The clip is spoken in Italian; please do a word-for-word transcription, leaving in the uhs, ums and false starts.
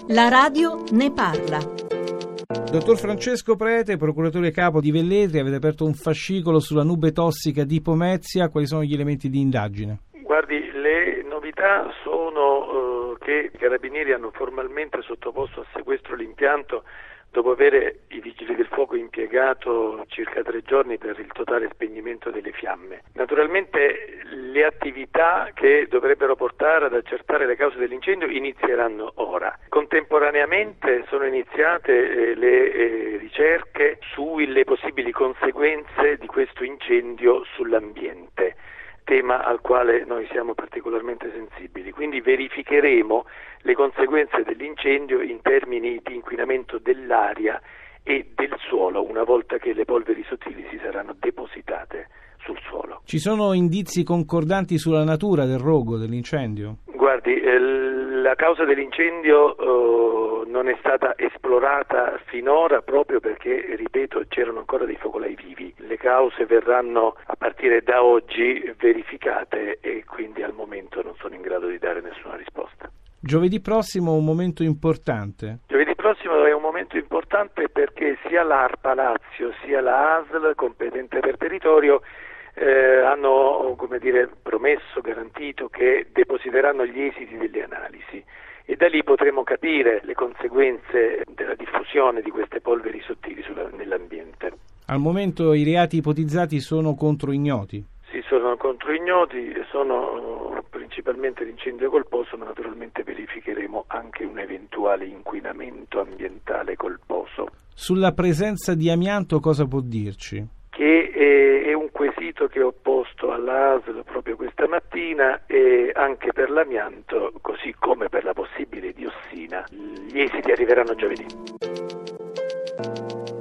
La radio ne parla. Dottor Francesco Prete, procuratore capo di Velletri, avete aperto un fascicolo sulla nube tossica di Pomezia. Quali sono gli elementi di indagine? Guardi, le novità sono eh, che i carabinieri hanno formalmente sottoposto a sequestro l'impianto dopo avere i vigili del fuoco impiegato circa tre giorni per il totale spegnimento delle fiamme. Naturalmente le attività che dovrebbero portare ad accertare le cause dell'incendio inizieranno ora. Contemporaneamente sono iniziate eh, le eh, ricerche sulle possibili conseguenze di questo incendio sull'ambiente, tema al quale noi siamo particolarmente sensibili. Quindi verificheremo le conseguenze dell'incendio in termini di inquinamento dell'aria e del suolo una volta che le polveri sottili si saranno depositate sul suolo. Ci sono indizi concordanti sulla natura del rogo dell'incendio? Guardi, eh, la causa dell'incendio eh, non è stata esplorata finora proprio perché, ripeto, c'erano ancora dei focolai vivi. Le cause verranno a partire da oggi verificate e quindi al momento non sono in grado di dare nessuna risposta. Giovedì prossimo un momento importante. Giovedì prossimo è un momento importante perché sia l'ARPA Lazio sia la A S L competente per territorio eh, hanno, come dire, promesso, garantito che depositeranno gli esiti delle analisi e da lì potremo capire le conseguenze della diffusione di queste polveri sottili sulla, nell'ambiente. Al momento i reati ipotizzati sono contro ignoti? Sì, sono contro ignoti, sono principalmente l'incendio colposo, ma naturalmente verificheremo anche un eventuale inquinamento ambientale colposo. Sulla presenza di amianto cosa può dirci? Che è, è un quesito che ho posto all'A S L proprio questa mattina e anche per l'amianto, così come per la possibile diossina. Gli esiti arriveranno giovedì.